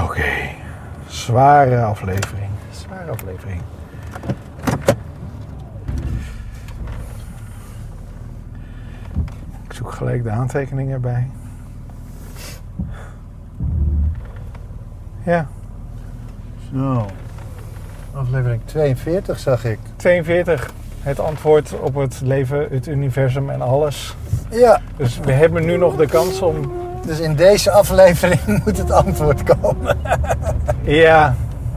Oké. Zware aflevering. Ik zoek gelijk de aantekeningen erbij. Ja. Zo. Aflevering 42 zag ik. 42. Het antwoord op het leven, het universum en alles. Ja. Dus we hebben nu nog de kans om... Dus in deze aflevering moet het antwoord komen. Ja.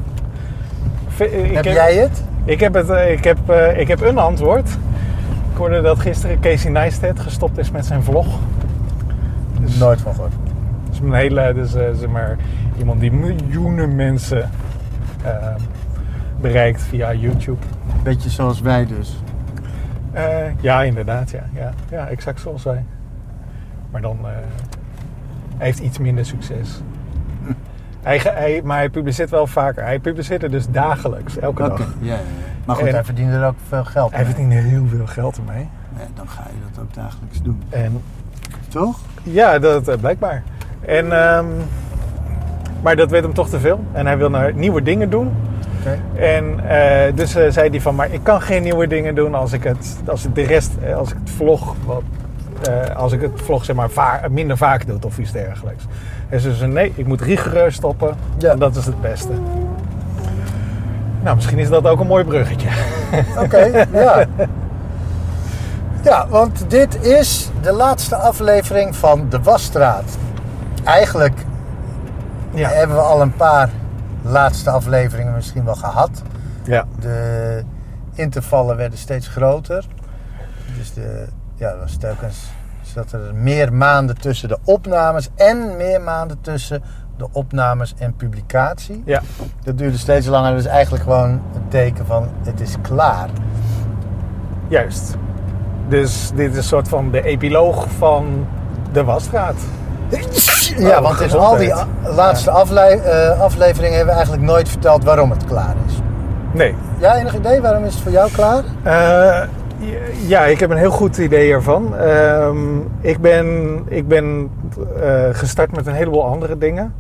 Heb jij het? Ik heb een antwoord. Ik hoorde dat gisteren Casey Neistat gestopt is met zijn vlog. Dus, nooit van gehoord. Dus een hele, zeg maar, iemand die miljoenen mensen bereikt via YouTube. Beetje zoals wij dus. Ja, inderdaad. Ja, exact zoals wij. Maar dan hij heeft iets minder succes. Maar hij publiceert wel vaker. Hij publiceert er dus dagelijks, elke dag. Ja. Maar goed, hij verdient er ook veel geld mee. Hij verdient er heel veel geld ermee. Ja, dan ga je dat ook dagelijks doen. En, toch? Ja, dat blijkbaar. En, maar dat werd hem toch te veel. En hij wil naar nieuwe dingen doen. Okay. En dus zei hij van, maar ik kan geen nieuwe dingen doen als ik het vlog zeg maar minder vaak doe of iets dergelijks. En ze zei, nee, ik moet rigoureus stoppen. Ja. En dat is het beste. Nou, misschien is dat ook een mooi bruggetje. Oké, ja. Ja, want dit is de laatste aflevering van De Wasstraat. Eigenlijk hebben we al een paar laatste afleveringen misschien wel gehad. Ja. De intervallen werden steeds groter. Dus er was telkens dat er meer maanden tussen de opnames en meer maanden tussen de opnames en publicatie. Ja. Dat duurde steeds langer. Dus eigenlijk gewoon een teken van het is klaar. Juist. Dus dit is een soort van de epiloog van De Wasstraat. Ja, want in al die laatste afleveringen hebben we eigenlijk nooit verteld waarom het klaar is. Nee. Ja, enig idee? Waarom is het voor jou klaar? Ja, ik heb een heel goed idee ervan. Ik ben gestart met een heleboel andere dingen.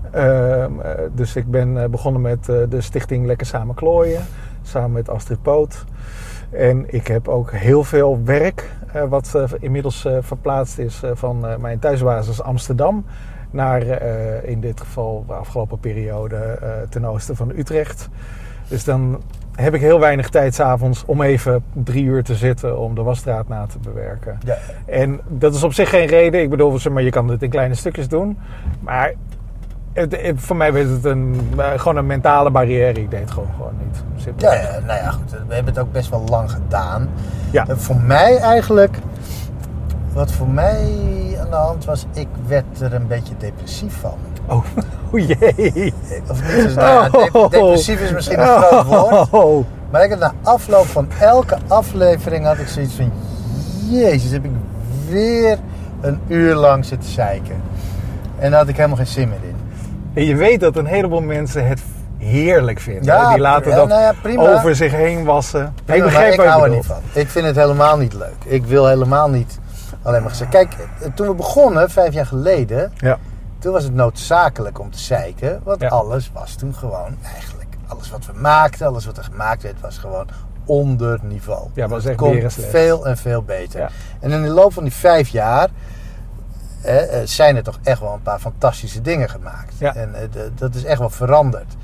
Dus ik ben begonnen met de stichting Lekker Samen Klooien. Samen met Astrid Poot. En ik heb ook heel veel werk, wat inmiddels verplaatst is van mijn thuisbasis Amsterdam naar in dit geval de afgelopen periode ten oosten van Utrecht. Dus dan heb ik heel weinig tijd 's avonds om even 3 uur te zitten om De Wasstraat na te bewerken. Ja. En dat is op zich geen reden. Ik bedoel, maar je kan het in kleine stukjes doen. Maar voor mij werd het gewoon een mentale barrière. Ik deed het gewoon niet. Simpel. Ja, nou ja, goed. We hebben het ook best wel lang gedaan. Ja. Voor mij eigenlijk, wat voor mij aan de hand was, ik werd er een beetje depressief van. Oh jee. Of niet, dus, depressief is misschien een groot woord. Maar ik had na afloop van elke aflevering had ik zoiets van, jezus, heb ik weer een uur lang zitten zeiken. En daar had ik helemaal geen zin meer in. En je weet dat een heleboel mensen het heerlijk vinden. Ja, die laten dat over zich heen wassen. Prima, ik begrijp wat je hou er niet van. Ik vind het helemaal niet leuk. Ik wil helemaal niet alleen maar zeggen. Kijk, toen we begonnen, 5 jaar geleden... Ja. Toen was het noodzakelijk om te zeiken. Want alles was toen gewoon eigenlijk... Alles wat we maakten, alles wat er gemaakt werd, was gewoon onder niveau. Ja, was echt kon veel en veel beter. Ja. En in de loop van die 5 jaar... zijn er toch echt wel een paar fantastische dingen gemaakt. Ja. En dat is echt wel veranderd.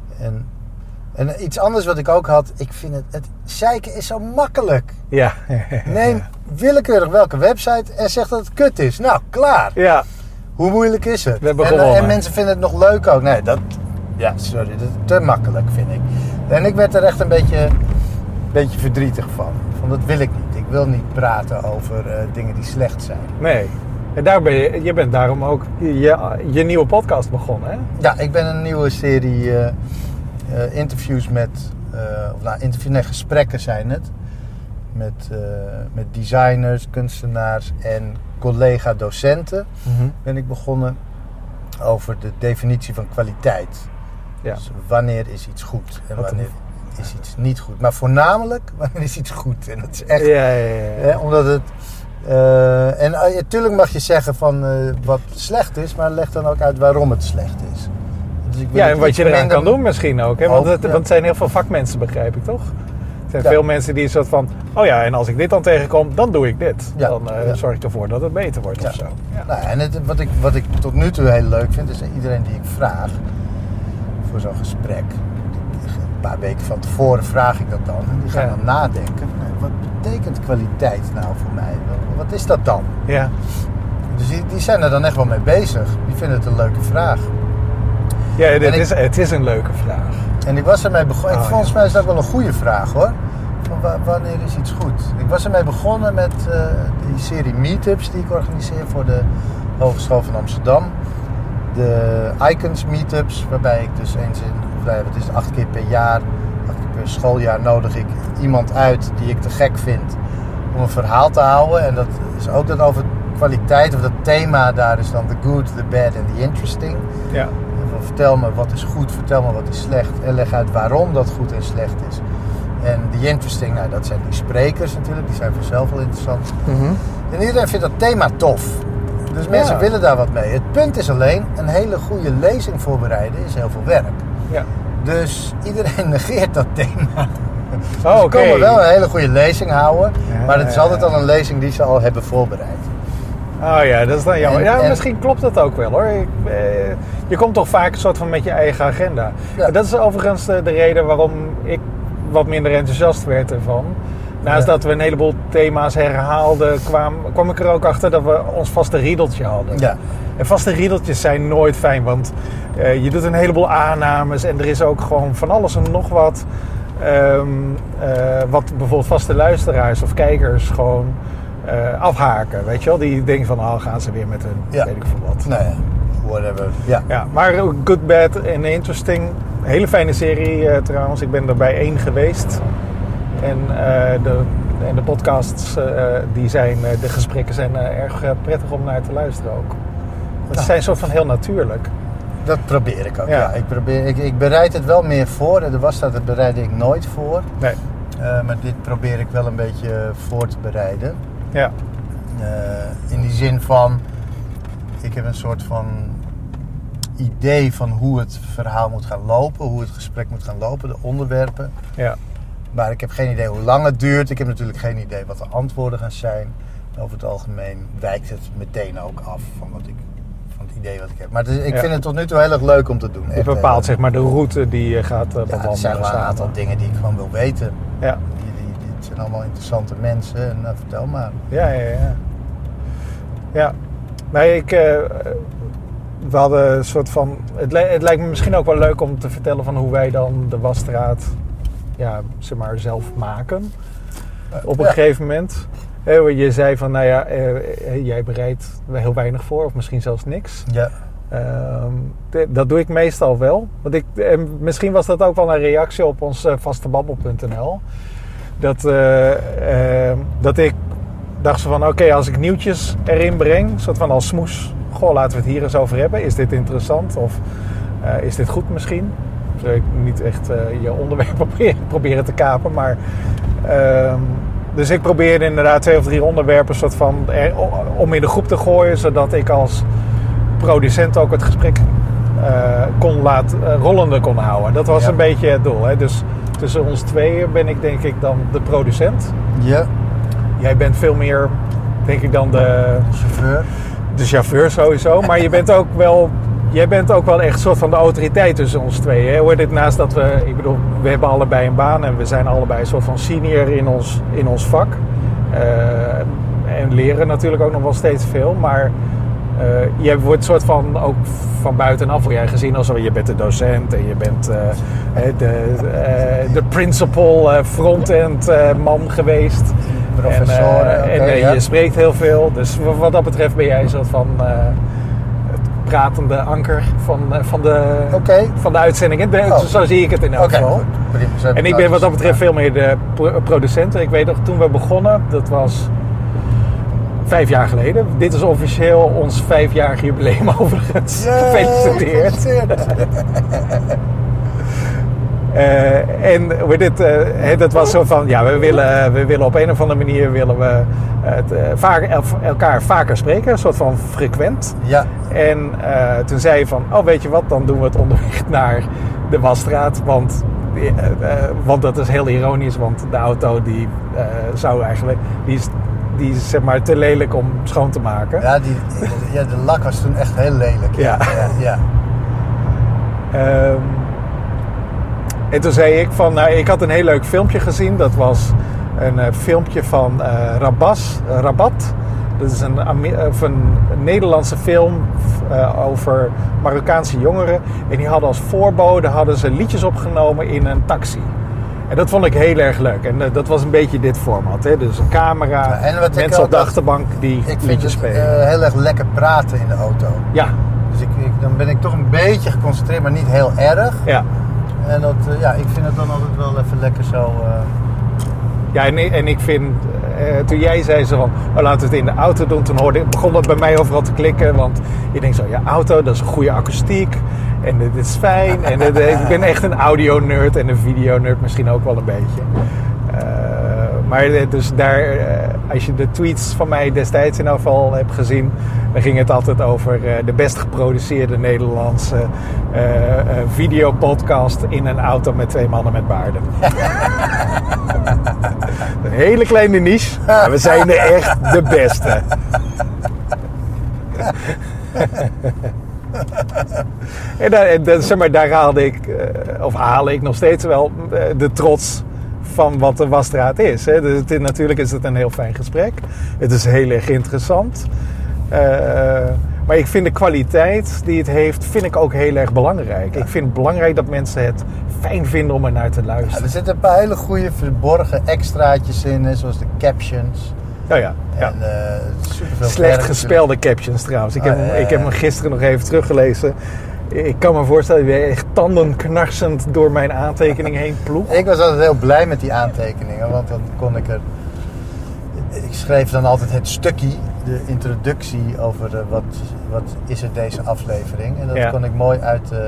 En iets anders wat ik ook had... Ik vind het zeiken is zo makkelijk. Ja. Neem willekeurig welke website en zeg dat het kut is. Nou, klaar. Ja. Hoe moeilijk is het? We hebben gewonnen. En mensen vinden het nog leuk ook. Nee, dat is te makkelijk, vind ik. En ik werd er echt een beetje verdrietig van. Van dat wil ik niet. Ik wil niet praten over dingen die slecht zijn. Nee. En daar je bent daarom ook je nieuwe podcast begonnen, hè? Ja, ik ben een nieuwe serie interviews met... gesprekken zijn het. Met designers, kunstenaars en collega-docenten ben ik begonnen over de definitie van kwaliteit. Ja. Dus wanneer is iets goed en wanneer is iets niet goed. Maar voornamelijk, wanneer is iets goed. En dat is echt... Ja. Omdat het... natuurlijk mag je zeggen van wat slecht is, maar leg dan ook uit waarom het slecht is. Dus ik wil en wat je eraan kan doen misschien ook. Hè? Want het zijn heel veel vakmensen, begrijp ik toch? Er zijn veel mensen die een soort van... Oh ja, en als ik dit dan tegenkom, dan doe ik dit. Ja. Dan zorg ik ervoor dat het beter wordt of zo. Ja. Nou, en wat ik tot nu toe heel leuk vind, is iedereen die ik vraag voor zo'n gesprek. Een paar weken van tevoren vraag ik dat dan. En die gaan dan nadenken. Wat betekent kwaliteit nou voor mij? Wat is dat dan? Ja. Dus die zijn er dan echt wel mee bezig. Die vinden het een leuke vraag. Ja, het is een leuke vraag. En ik was ermee begonnen. Volgens mij is dat wel een goede vraag hoor. Van wanneer is iets goed? Ik was ermee begonnen met die serie meetups die ik organiseer voor de Hogeschool van Amsterdam. De Icons meetups, waarbij ik dus het is 8 keer per jaar, 8 keer per schooljaar nodig ik iemand uit die ik te gek vind om een verhaal te houden. En dat is ook dan over kwaliteit, of dat thema daar is dan the good, the bad en the interesting. Ja. Vertel me wat is goed, vertel me wat is slecht en leg uit waarom dat goed en slecht is. En the interesting, nou dat zijn die sprekers natuurlijk, die zijn vanzelf wel interessant. Mm-hmm. En iedereen vindt dat thema tof. Dus mensen willen daar wat mee. Het punt is alleen, een hele goede lezing voorbereiden is heel veel werk. Ja. Dus iedereen negeert dat thema. Dus ze komen wel een hele goede lezing houden, maar het is altijd al een lezing die ze al hebben voorbereid. Oh ja, dat is dan jammer. Misschien klopt dat ook wel hoor. Je komt toch vaak een soort van met je eigen agenda. Ja. Dat is overigens de reden waarom ik wat minder enthousiast werd ervan. Naast dat we een heleboel thema's herhaalden, kwam ik er ook achter dat we ons vaste riedeltje hadden. Ja. En vaste riedeltjes zijn nooit fijn, want je doet een heleboel aannames en er is ook gewoon van alles en nog wat. Wat bijvoorbeeld vaste luisteraars of kijkers gewoon afhaken, weet je wel. Die denken van, gaan ze weer met hun, weet ik veel wat. Nee, whatever. Ja. Maar Good, Bad en Interesting, hele fijne serie trouwens. Ik ben er bij 1 geweest. En de podcasts, de gesprekken zijn erg prettig om naar te luisteren ook. Het zijn soort van heel natuurlijk. Dat probeer ik ook, ja. Ik bereid het wel meer voor. En dat bereidde ik nooit voor. Nee. Maar dit probeer ik wel een beetje voor te bereiden. Ja. In die zin van, ik heb een soort van idee van hoe het verhaal moet gaan lopen, hoe het gesprek moet gaan lopen, de onderwerpen. Ja. Maar ik heb geen idee hoe lang het duurt. Ik heb natuurlijk geen idee wat de antwoorden gaan zijn. Over het algemeen wijkt het meteen ook af van het idee wat ik heb. Maar ik vind het tot nu toe heel erg leuk om te doen. Je bepaalt zeg maar de route die je gaat bewandelen. Er zijn wel een aantal dingen die ik gewoon wil weten. Ja. Het zijn allemaal interessante mensen. En vertel maar. Ja. Nee, we hadden een soort van... Het lijkt me misschien ook wel leuk om te vertellen van hoe wij dan de wasstraat zeg maar zelf maken. Op een gegeven moment. Je zei van, jij bereidt heel weinig voor, of misschien zelfs niks. Ja. Dat doe ik meestal wel. Want misschien was dat ook wel een reactie op ons vastebabbel.nl. Dat ik dacht van, oké, als ik nieuwtjes erin breng, soort van als smoes, laten we het hier eens over hebben. Is dit interessant? Of is dit goed misschien? Zou ik niet echt je onderwerp proberen te kapen, maar... Dus ik probeerde inderdaad 2 of 3 onderwerpen soort van om in de groep te gooien, zodat ik als producent ook het gesprek rollende kon houden. Dat was een beetje het doel. Hè? Dus tussen ons tweeën ben ik denk ik dan de producent. Ja. Jij bent veel meer, denk ik dan de chauffeur. De chauffeur sowieso, maar jij bent ook wel echt een soort van de autoriteit tussen ons tweeën. Hoor dit naast dat we hebben allebei een baan en we zijn allebei een soort van senior in ons vak. En leren natuurlijk ook nog wel steeds veel, maar je wordt soort van ook van buitenaf word jij gezien als je bent de docent en je bent de principal front-end man geweest. Professor. Je spreekt heel veel, dus wat dat betreft ben jij een soort van... pratende anker van de uitzending. Zo zie ik het in elk geval. En ik ben wat dat betreft veel meer de producent. Ik weet nog, toen we begonnen, dat was 5 jaar geleden. Dit is officieel ons 5-jarig jubileum overigens. Gefeliciteerd. En dat was zo van, ja, we willen op een of andere manier elkaar vaker spreken, een soort van frequent. Ja. En toen zei je van, weet je wat, dan doen we het onderweg naar de Wasstraat, want dat is heel ironisch, want de auto die is zeg maar te lelijk om schoon te maken. Ja, de lak was toen echt heel lelijk. Ja. Ja. En toen zei ik van, ik had een heel leuk filmpje gezien. Dat was een filmpje van Rabat. Dat is een Nederlandse film over Marokkaanse jongeren. En die hadden als voorbode ze liedjes opgenomen in een taxi. En dat vond ik heel erg leuk. En dat was een beetje dit format. Hè? Dus een camera, mensen op de achterbank die liedjes spelen. Heel erg lekker praten in de auto. Ja. Dus dan ben ik toch een beetje geconcentreerd, maar niet heel erg. Ja. En ik vind het dan altijd wel even lekker zo... Ja, en ik vind, toen jij zei zo van, laten we het in de auto doen, toen begon het bij mij overal te klikken. Want je denkt zo, ja, auto, dat is een goede akoestiek. En dit is fijn. En ik ben echt een audio-nerd en een video-nerd misschien ook wel een beetje. Maar dus daar, als je de tweets van mij destijds in ieder geval hebt gezien, dan ging het altijd over de best geproduceerde Nederlandse videopodcast in een auto met 2 mannen met baarden. Een hele kleine niche, maar we zijn er echt de beste. En zeg maar, daar haal ik nog steeds wel de trots van wat de Wasstraat is. Hè. Dus natuurlijk is het een heel fijn gesprek. Het is heel erg interessant. Maar ik vind de kwaliteit die het heeft, vind ik ook heel erg belangrijk. Ja. Ik vind het belangrijk dat mensen het fijn vinden om er naar te luisteren. Ja, er zitten een paar hele goede verborgen extraatjes in, zoals de captions. Oh ja. En superveel slecht gespelde captions trouwens. Ik heb hem gisteren nog even teruggelezen. Ik kan me voorstellen dat je echt tandenknarsend door mijn aantekening heen ploeg. Ik was altijd heel blij met die aantekeningen, want dan kon ik er... Ik schreef dan altijd het stukje, de introductie over wat is er deze aflevering. En dat kon ik mooi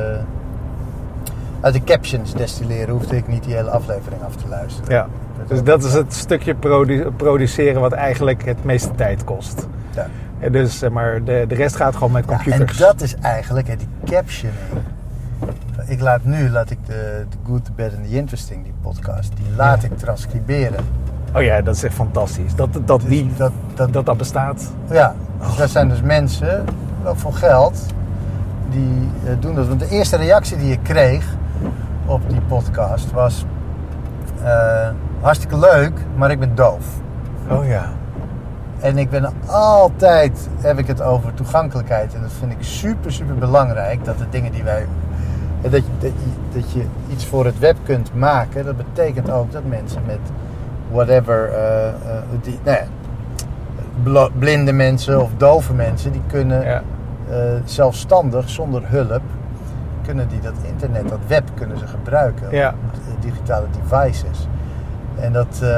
uit de captions destilleren. Hoefde ik niet die hele aflevering af te luisteren. Ja. Dus dat is het stukje produceren wat eigenlijk het meeste tijd kost. Ja. En dus maar de rest gaat gewoon met computers. En dat is eigenlijk die captioning. Laat ik de Good, the Bad and the Interesting, die podcast, die laat ik transcriberen. Oh ja, dat is echt fantastisch. Dat bestaat. Ja, dus daar zijn dus mensen, ook voor geld, die doen dat. Want de eerste reactie die ik kreeg op die podcast was... hartstikke leuk, maar ik ben doof. Oh ja. En ik ben heb ik het over toegankelijkheid. En dat vind ik super, super belangrijk. Dat de dingen die wij... Dat je iets voor het web kunt maken. Dat betekent ook dat mensen met whatever... blinde mensen of dove mensen... die kunnen zelfstandig, zonder hulp... kunnen die dat internet, dat web kunnen ze gebruiken. Ja. Digitale devices. En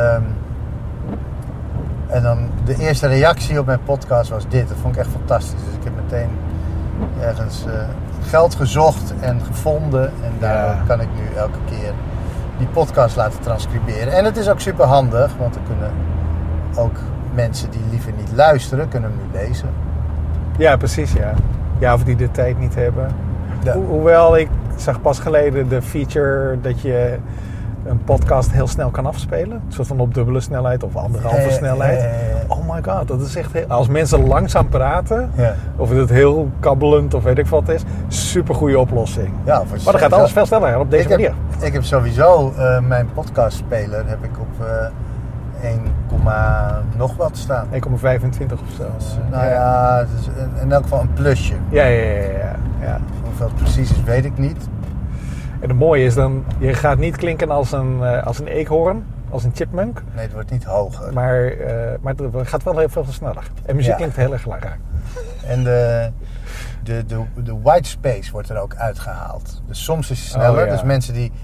en dan de eerste reactie op mijn podcast was dit. Dat vond ik echt fantastisch. Dus ik heb meteen ergens geld gezocht en gevonden. En daardoor kan ik nu elke keer die podcast laten transcriberen. En het is ook super handig, want dan kunnen ook mensen die liever niet luisteren, kunnen hem nu lezen. Ja, precies, ja. Ja, of die de tijd niet hebben. Ja. Hoewel, ik zag pas geleden de feature dat je een podcast heel snel kan afspelen. Een soort van op dubbele snelheid of anderhalve snelheid. Oh my god, dat is echt heel... Als mensen langzaam praten, of het heel kabbelend of weet ik wat is, super goede oplossing. Ja, maar dan gaat alles veel sneller op deze manier. Ik heb sowieso mijn podcastspeler heb ik op 1, nog wat staan. 1,25 of zo. Dus, het is in elk geval een plusje. Ja. Hoeveel het precies is, weet ik niet. En het mooie is dan, je gaat niet klinken als een eekhoorn, als een chipmunk. Nee, het wordt niet hoger. Maar het gaat wel heel veel sneller. En muziek klinkt heel erg raar. En de white space wordt er ook uitgehaald. Dus soms is het sneller. Dus mensen die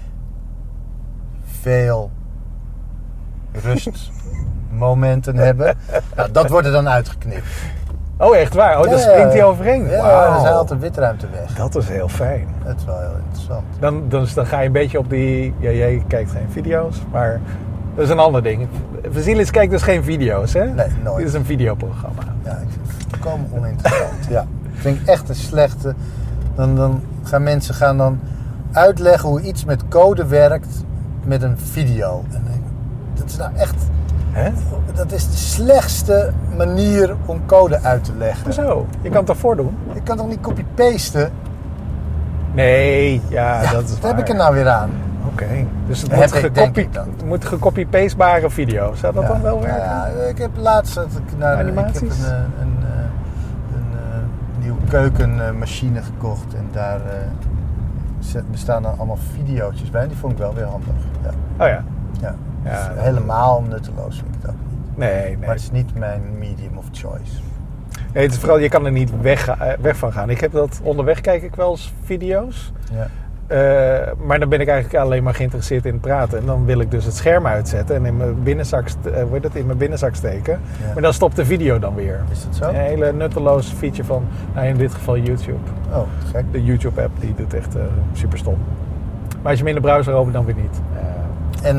veel rustmomenten hebben, dat wordt er dan uitgeknipt. Oh, echt waar? Oh, Ja, daar springt hij overheen? Ja, Wauw. dus hij haalt de witruimte weg. Dat is heel fijn. Dat is wel heel interessant. Dan ga je een beetje op die... Ja, jij kijkt geen video's, maar dat is een ander ding. Vasilis kijkt dus geen video's, hè? Nee, nooit. Dit is een videoprogramma. Ja, ik vind het volkomen oninteressant. Ja. Vind ik echt een slechte... Dan gaan mensen dan uitleggen hoe iets met code werkt met een video. En dat is nou echt... Hè? Dat is de slechtste manier om code uit te leggen. Hoezo? Je kan het toch voordoen? Ik kan toch niet copy-pasten? Nee, ja, dat is Wat waar. heb ik er nou weer aan? Oké. Dus het Heb ik, denk ik dan. moet gecopy-pastebare video. Zou dat dan wel werken? Ja, ik heb laatst Animaties? Ik heb een nieuwe keukenmachine gekocht en daar bestaan dan allemaal video's bij. Die vond ik wel weer handig. Ja. Oh ja. Ja. Ja, Dus helemaal nutteloos vind ik het ook niet. Nee. Maar het is niet mijn medium of choice. Nee, het is vooral, je kan er niet weg van gaan. Ik heb dat onderweg, kijk ik wel eens video's. Ja. Maar dan ben ik eigenlijk alleen maar geïnteresseerd in het praten. En dan wil ik dus het scherm uitzetten en in mijn binnenzak steken. Ja. Maar dan stopt de video dan weer. Is dat zo? Een hele nutteloze feature van, in dit geval YouTube. Oh, gek. De YouTube-app, die doet echt super stom. Maar als je hem in de browser opent, dan weer niet. En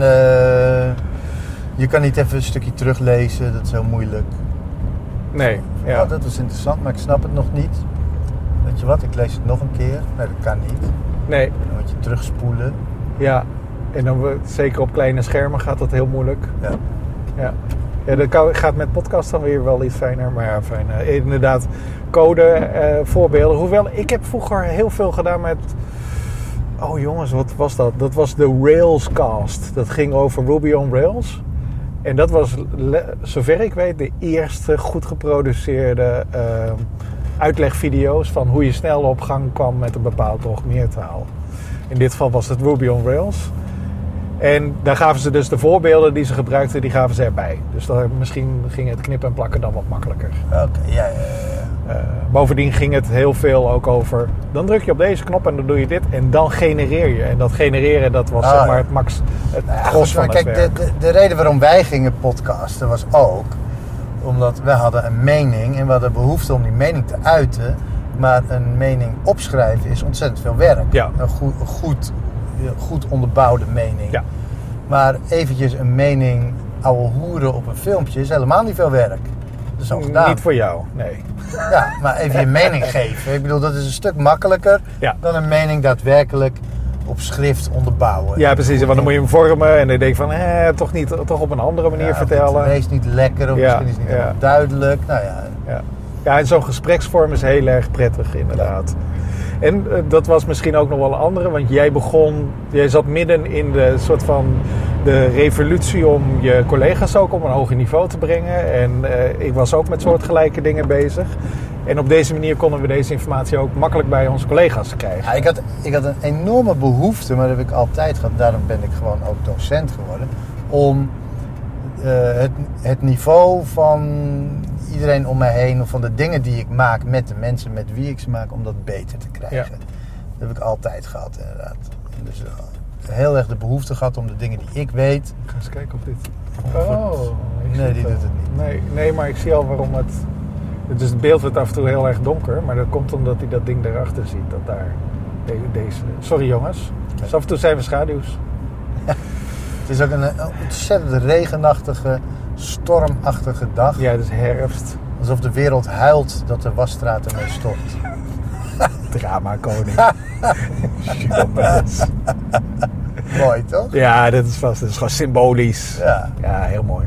je kan niet even een stukje teruglezen, dat is heel moeilijk. Nee, ja. Oh, dat was interessant, maar ik snap het nog niet. Weet je wat, ik lees het nog een keer. Nee, dat kan niet. Nee, Dan moet je terugspoelen. ja. En dan, zeker op kleine schermen gaat dat heel moeilijk. Ja. Ja, dat gaat met podcast dan weer wel iets fijner. Maar ja, fijn. Inderdaad, code, voorbeelden. Hoewel, ik heb vroeger heel veel gedaan met... Oh jongens, wat was dat? Dat was de Railscast. Dat ging over Ruby on Rails. En dat was, zover ik weet, de eerste goed geproduceerde uitlegvideo's van hoe je snel op gang kwam met een bepaald programmeertaal. In dit geval was het Ruby on Rails. En daar gaven ze dus de voorbeelden die ze gebruikten, die gaven ze erbij. Dus misschien ging het knippen en plakken dan wat makkelijker. Oké, ja. Bovendien ging het heel veel ook over... Dan druk je op deze knop en dan doe je dit en dan genereer je. En dat genereren, dat was zeg maar het gros van het werk. De reden waarom wij gingen podcasten was ook... omdat we hadden een mening en we hadden behoefte om die mening te uiten. Maar een mening opschrijven is ontzettend veel werk. Ja. Een goed onderbouwde mening. Ja. Maar eventjes een mening ouwe hoeren op een filmpje is helemaal niet veel werk. Dat is al gedaan. Niet voor jou, nee. Ja, maar even je mening geven. Ik bedoel, dat is een stuk makkelijker dan een mening daadwerkelijk op schrift onderbouwen. Ja, precies. Want dan moet je hem vormen en dan denk je van, toch op een andere manier vertellen. Het is niet lekker of misschien is het niet helemaal duidelijk. Nou ja. Ja, en zo'n gespreksvorm is heel erg prettig inderdaad. Ja. En dat was misschien ook nog wel een andere, want jij zat midden in de soort van de revolutie om je collega's ook op een hoger niveau te brengen. En ik was ook met soortgelijke dingen bezig. En op deze manier konden we deze informatie ook makkelijk bij onze collega's krijgen. Ja, ik had een enorme behoefte, maar dat heb ik altijd gehad. Daarom ben ik gewoon ook docent geworden. Om het niveau van iedereen om mij heen, of van de dingen die ik maak met de mensen met wie ik ze maak, om dat beter te krijgen. Ja. Dat heb ik altijd gehad, inderdaad. En dus heel erg de behoefte gehad om de dingen die ik weet. Ik ga eens kijken of dit... Nee, die doet het niet. Nee, maar ik zie al waarom het... Dus het beeld wordt af en toe heel erg donker, maar dat komt omdat hij dat ding daarachter ziet. Dat daar deze... Sorry jongens, dus af en toe zijn we schaduws. Het is ook een ontzettend regenachtige, stormachtige dag. Ja, het is herfst. Alsof de wereld huilt dat de wasstraat ermee stopt. Drama koning. Mooi toch? Ja, dat is gewoon symbolisch. Ja, heel mooi.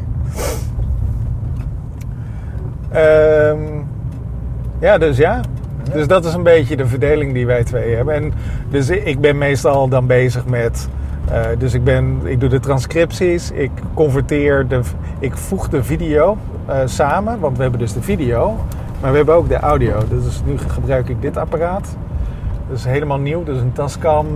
Dus dat is een beetje de verdeling die wij twee hebben. En dus ik ben meestal dan bezig met... Dus ik doe de transcripties, ik voeg de video samen, want we hebben dus de video, maar we hebben ook de audio. Dus nu gebruik ik dit apparaat. Dat is helemaal nieuw, dat is een Tascam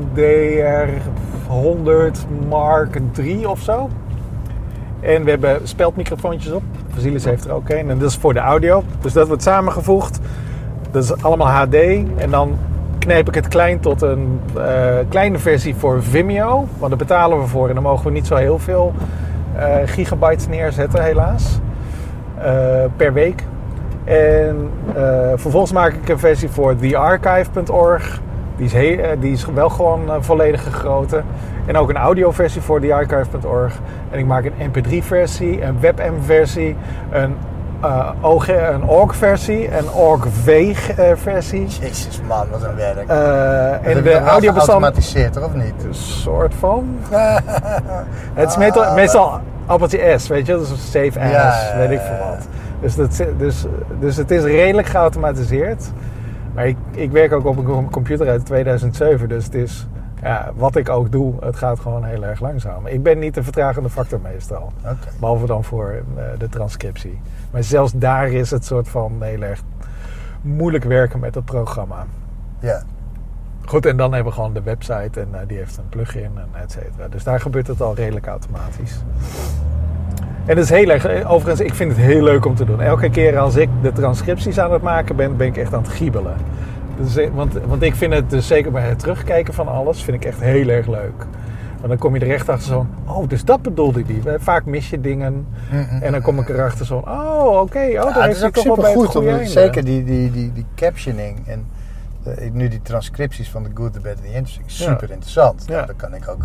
DR100 Mark III of zo. En we hebben speldmicrofoontjes op. Vasilis heeft er ook een en dat is voor de audio. Dus dat wordt samengevoegd. Dat is allemaal HD en dan knijp ik het klein tot een kleine versie voor Vimeo. Want daar betalen we voor en dan mogen we niet zo heel veel gigabytes neerzetten helaas. Per week. En vervolgens maak ik een versie voor thearchive.org. Die is wel gewoon volledig gegoten. En ook een audioversie voor thearchive.org. En ik maak een mp3-versie, een WebM-versie, een ORG-versie, een ORG-V-versie. Jezus man, wat een werk. En de audio geautomatiseerd, toch, of niet? Een soort van. Het is meestal appeltje S, weet je. Dus save as, weet ik veel wat. Dus het is redelijk geautomatiseerd. Maar ik werk ook op een computer uit 2007. Dus het is, wat ik ook doe, het gaat gewoon heel erg langzaam. Ik ben niet de vertragende factor meestal. Okay. Behalve dan voor de transcriptie. Maar zelfs daar is het soort van heel erg moeilijk werken met het programma. Ja. Goed, en dan hebben we gewoon de website en die heeft een plugin en et cetera. Dus daar gebeurt het al redelijk automatisch. En dat is heel erg, overigens, ik vind het heel leuk om te doen. Elke keer als ik de transcripties aan het maken ben ik echt aan het giebelen. Dus, want ik vind het, dus zeker bij het terugkijken van alles, vind ik echt heel erg leuk. Want dan kom je er echt achter zo'n, dus dat bedoelde die. Vaak mis je dingen. En dan kom ik erachter zo'n, daar heeft hij toch wel bij het goede einde. Zeker die captioning en nu die transcripties van The Good, The Bad and The Interesting. Super interessant. Ja. Dan kan ik ook...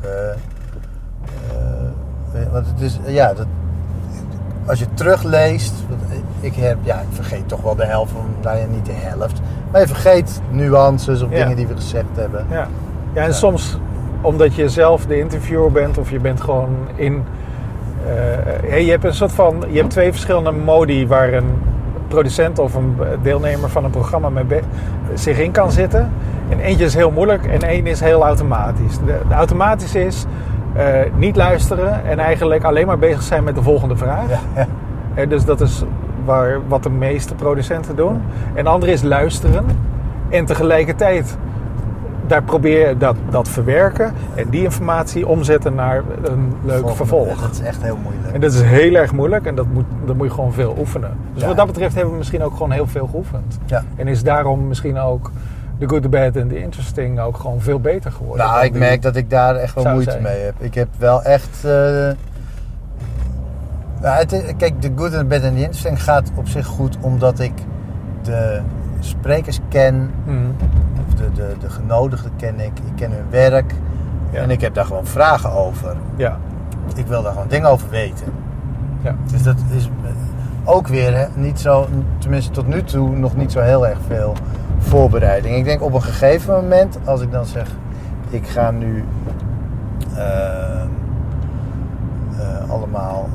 want het is... als je terugleest... Ik vergeet toch wel de helft, niet de helft. Maar je vergeet nuances of dingen die we gezegd hebben. Ja, en soms... Omdat je zelf de interviewer bent of je bent gewoon in... je hebt een soort van... Je hebt twee verschillende modi waar een producent of een deelnemer van een programma zich in kan zitten. En eentje is heel moeilijk en één is heel automatisch. De automatisch is niet luisteren en eigenlijk alleen maar bezig zijn met de volgende vraag. Ja. Dus dat is wat de meeste producenten doen. En de andere is luisteren en tegelijkertijd... Daar probeer je dat verwerken en die informatie omzetten naar een leuk vervolg. Dat is echt heel moeilijk. En dat is heel erg moeilijk en dat moet je gewoon veel oefenen. Dus wat dat betreft hebben we misschien ook gewoon heel veel geoefend. Ja. En is daarom misschien ook The Good, The Bad and The Interesting ook gewoon veel beter geworden. Nou, ik merk dat ik daar echt wel moeite mee heb. Ik heb wel echt... kijk, The Good, The Bad and The Interesting gaat op zich goed omdat ik de sprekers ken... De genodigden ken ik ken hun werk en ik heb daar gewoon vragen over. Ja. Ik wil daar gewoon dingen over weten. Ja. Dus dat is ook weer niet zo, tenminste tot nu toe nog niet zo heel erg veel voorbereiding. Ik denk op een gegeven moment, als ik dan zeg, ik ga nu allemaal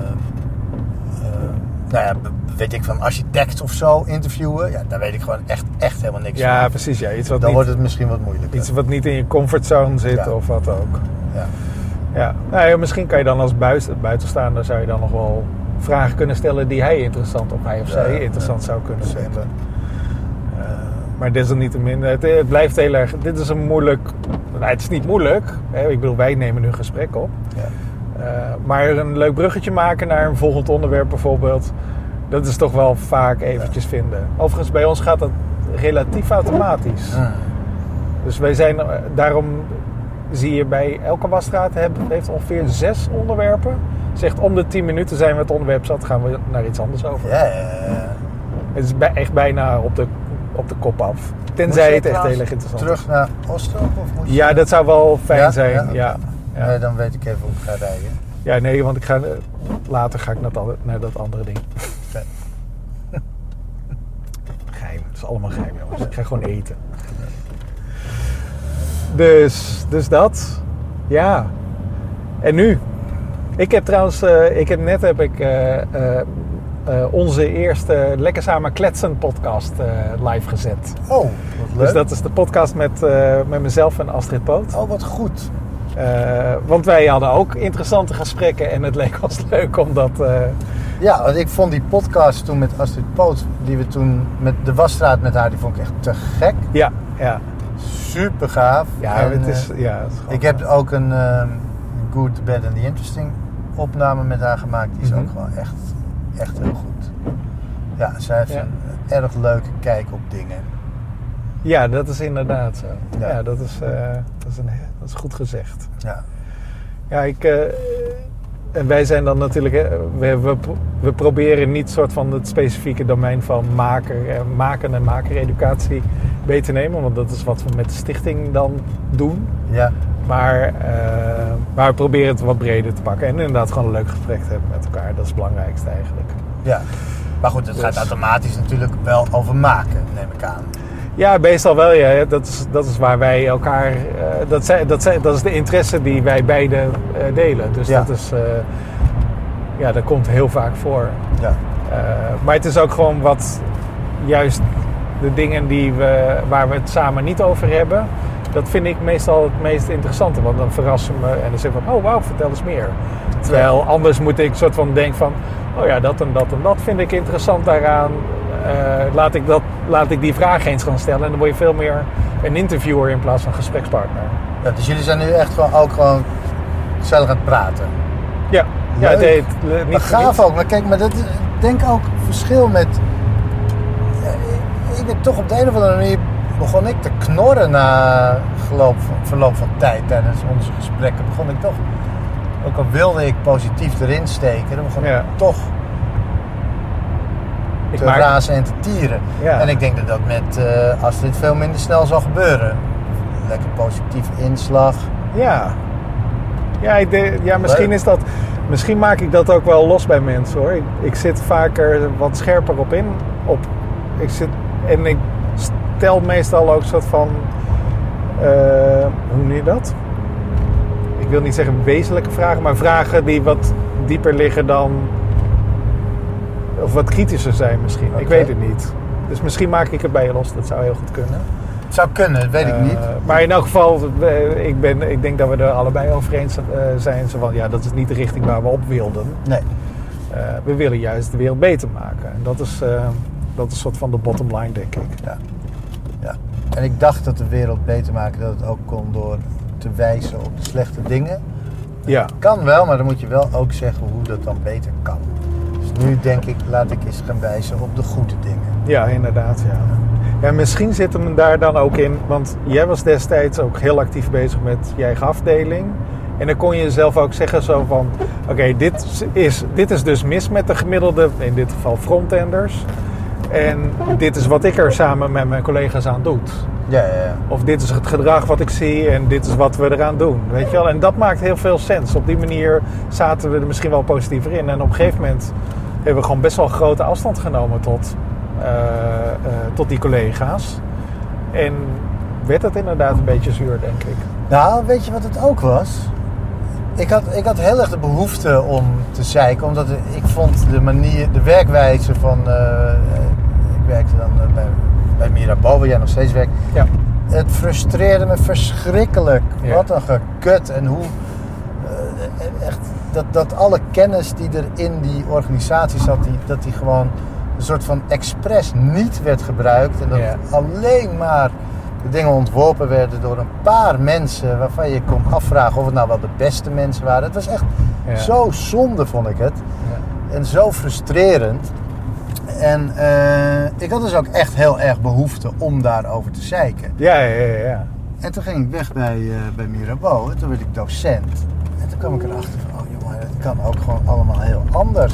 weet ik van architect of zo interviewen, daar weet ik gewoon echt helemaal niks van. Ja, precies. Ja. Iets wat dan wordt het misschien wat moeilijker. Iets wat niet in je comfortzone zit of wat ook. Ja. Nou, misschien kan je dan als buitenstaander zou je dan nog wel vragen kunnen stellen die hij interessant of hij of zij interessant zou kunnen vinden. Maar desalniettemin, het blijft heel erg. Dit is een moeilijk. Nou, het is niet moeilijk. Hè? Ik bedoel, wij nemen nu een gesprek op. Ja. Maar een leuk bruggetje maken naar een volgend onderwerp bijvoorbeeld. Dat is toch wel vaak eventjes vinden. Overigens, bij ons gaat dat relatief automatisch. Dus wij zijn, daarom zie je bij elke wasstraat heeft ongeveer 6 onderwerpen. Zegt om de 10 minuten zijn we het onderwerp zat, gaan we naar iets anders over. Ja. Het is echt bijna op de kop af. Tenzij het echt heel erg interessant is. Terug naar Oslo? Of dat zou wel fijn zijn. Ja. Nee, dan weet ik even hoe ik ga rijden. Ja, nee, want later ga ik naar dat andere ding. Okay. Geheim, het is allemaal geheim, jongens. Ik ga gewoon eten. Dus dat. Ja. En nu? Ik heb trouwens, onze eerste Lekker Samen Kletsen podcast live gezet. Oh, wat leuk. Dus dat is de podcast met mezelf en Astrid Poot. Oh, wat goed. Want wij hadden ook interessante gesprekken en het leek ons leuk om dat... Ja, want ik vond die podcast toen met Astrid Poot, die we toen met de wasstraat met haar, die vond ik echt te gek. Ja. Super gaaf. Ja, en, het is ik heb ook een Good, The Bad and The Interesting opname met haar gemaakt. Die is ook gewoon echt heel goed. Ja, zij heeft een erg leuke kijk op dingen. Ja, dat is inderdaad zo. Ja, dat is goed gezegd. Ja. Ja, En wij zijn dan natuurlijk, we proberen niet soort van het specifieke domein van maken en makereducatie beter te nemen. Want dat is wat we met de stichting dan doen. Ja. Maar we proberen het wat breder te pakken. En inderdaad gewoon een leuk gesprek te hebben met elkaar. Dat is het belangrijkste eigenlijk. Ja, maar goed, het gaat automatisch natuurlijk wel over maken, neem ik aan. Ja, meestal wel. Ja. Dat is waar wij elkaar... Dat is de interesse die wij beiden delen. Dus dat is... dat komt heel vaak voor. Ja. Maar het is ook gewoon wat... Juist de dingen waar we het samen niet over hebben... Dat vind ik meestal het meest interessante. Want dan verrassen me en dan zeg ik van... Oh, wauw, vertel eens meer. Terwijl anders moet ik soort van denken van... Oh ja, dat en dat en dat vind ik interessant daaraan. Laat ik die vraag eens gaan stellen. En dan word je veel meer een interviewer in plaats van gesprekspartner. Ja, dus jullie zijn nu echt gewoon gezellig aan het praten? Ja. Ja, het heet... Maar gaaf ook. Maar kijk, maar dat is denk ook verschil met... Ik ben toch op de een of andere manier... begon ik te knorren na verloop van tijd tijdens onze gesprekken. Begon ik toch... Ook al wilde ik positief erin steken, dan begon ik toch... te razen en te tieren. Ja. En ik denk dat met Astrid veel minder snel zal gebeuren. Lekker positieve inslag. Ja. Misschien is dat... Misschien maak ik dat ook wel los bij mensen, hoor. Ik zit vaker wat scherper op in. Ik stel meestal ook een soort van... hoe noem je dat? Ik wil niet zeggen wezenlijke vragen, maar vragen die wat dieper liggen dan... Of wat kritischer zijn misschien. Okay. Ik weet het niet. Dus misschien maak ik het bij je los. Dat zou heel goed kunnen. Het zou kunnen, dat weet ik niet. Maar in elk geval, ik denk dat we er allebei over eens zijn. Zo van, dat is niet de richting waar we op wilden. Nee. We willen juist de wereld beter maken. En dat is een soort van de bottom line, denk ik. Ja. En ik dacht dat de wereld beter maken, dat het ook kon door te wijzen op de slechte dingen. Ja. Kan wel, maar dan moet je wel ook zeggen hoe dat dan beter kan. Dus nu denk ik, laat ik eens gaan wijzen op de goede dingen. Ja, inderdaad, ja. Ja, misschien zit hem daar dan ook in, want jij was destijds ook heel actief bezig met je eigen afdeling. En dan kon je jezelf ook zeggen zo van, oké, dit is dus mis met de gemiddelde, in dit geval frontenders. En dit is wat ik er samen met mijn collega's aan doe. Ja. Of dit is het gedrag wat ik zie en dit is wat we eraan doen. Weet je wel? En dat maakt heel veel sens. Op die manier zaten we er misschien wel positiever in. En op een gegeven moment hebben we gewoon best wel grote afstand genomen tot die collega's. En werd het inderdaad een beetje zuur, denk ik. Nou, weet je wat het ook was? Ik had heel erg de behoefte om te zeiken, omdat ik vond de werkwijze van... ik werkte dan bij Mirabeau, waar jij nog steeds werkt. Ja. Het frustreerde me verschrikkelijk. Ja. Wat een gekut. En hoe... echt, dat alle kennis die er in die organisatie zat, dat die gewoon een soort van expres niet werd gebruikt. En dat alleen maar de dingen ontworpen werden door een paar mensen waarvan je kon afvragen of het nou wel de beste mensen waren. Het was echt zo zonde, vond ik het. Ja. En zo frustrerend. En ik had dus ook echt heel erg behoefte om daarover te zeiken. Ja. En toen ging ik weg bij Mirabeau en toen werd ik docent. En toen kwam ik erachter van, oh jongen, dat kan ook gewoon allemaal heel anders.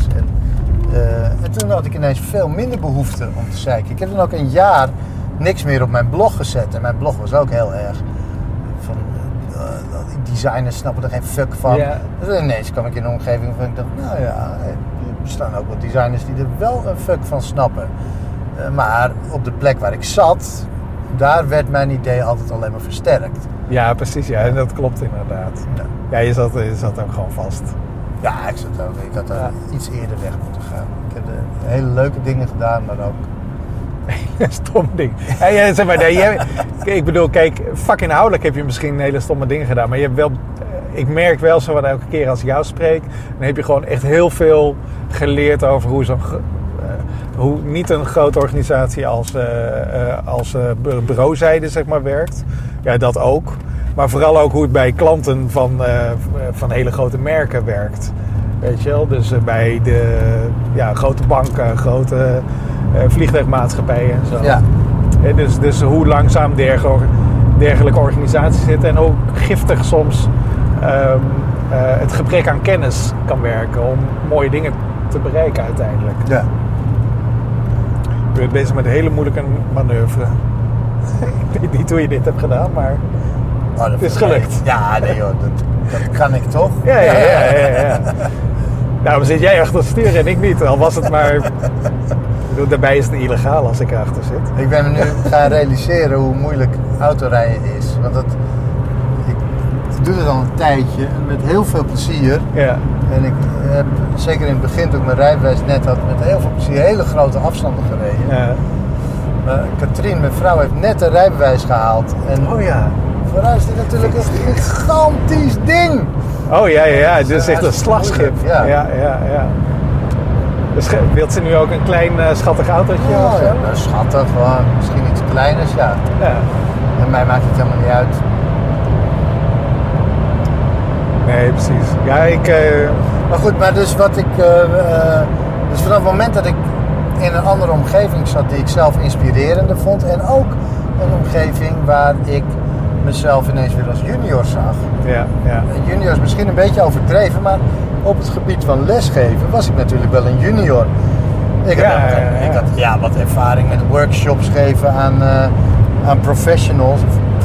En toen had ik ineens veel minder behoefte om te zeiken. Ik heb dan ook een jaar niks meer op mijn blog gezet. En mijn blog was ook heel erg van... designers snappen er geen fuck van. Ja. Dus ineens kwam ik in een omgeving van ik dacht, nou ja, er bestaan ook wat designers die er wel een fuck van snappen. Maar op de plek waar ik zat, daar werd mijn idee altijd alleen maar versterkt. Ja, precies. Ja, en dat klopt inderdaad. Ja, je zat ook gewoon vast. Ja, ik had daar iets eerder weg moeten gaan. Ik heb hele leuke dingen gedaan, maar ook... Stom ding. Ja, zeg maar, ik bedoel, kijk, vakinhoudelijk heb je misschien hele stomme dingen gedaan. Maar je hebt wel, ik merk wel zo wat elke keer als ik jou spreek, dan heb je gewoon echt heel veel geleerd over hoe niet een grote organisatie als bureauzijde, zeg maar, werkt. Ja, dat ook. Maar vooral ook hoe het bij klanten van hele grote merken werkt. Weet je wel? Dus bij de grote banken, grote vliegtuigmaatschappijen en zo. Ja. Dus hoe langzaam dergelijke organisaties zitten en hoe giftig soms het gebrek aan kennis kan werken om mooie dingen te bereiken uiteindelijk. Ja. Je bent bezig met een hele moeilijke manoeuvre. Ik weet niet hoe je dit hebt gedaan, maar het is gelukt. Ja, nee joh, dat kan ik toch? Ja. Nou, dan zit jij achter het stuur en ik niet. Al was het maar... Daarbij is het illegaal als ik erachter zit. Ik ben me nu gaan realiseren hoe moeilijk autorijden is. Want ik doe het al een tijdje en met heel veel plezier. Ja. En ik heb zeker in het begin, toen ik mijn rijbewijs net had, met heel veel plezier hele grote afstanden gereden. Ja. Maar Katrien, mijn vrouw, heeft net een rijbewijs gehaald. En Oh ja. voor haar is dit natuurlijk een gigantisch ding. Oh ja. Dit is echt een slagschip. Ja. Ja. Dus wilt ze nu ook een klein schattig autootje? Oh, of zo? ja, nou, schattig, gewoon misschien iets kleiners, ja. Ja. En mij maakt het helemaal niet uit. Nee, precies. Ja, Maar goed, maar dus wat ik... dus vanaf het moment dat ik in een andere omgeving zat die ik zelf inspirerender vond. En ook een omgeving waar ik mezelf ineens weer als junior zag. Ja. Junior is misschien een beetje overdreven, maar op het gebied van lesgeven was ik natuurlijk wel een junior. Ik had wat ervaring met workshops geven aan professionals.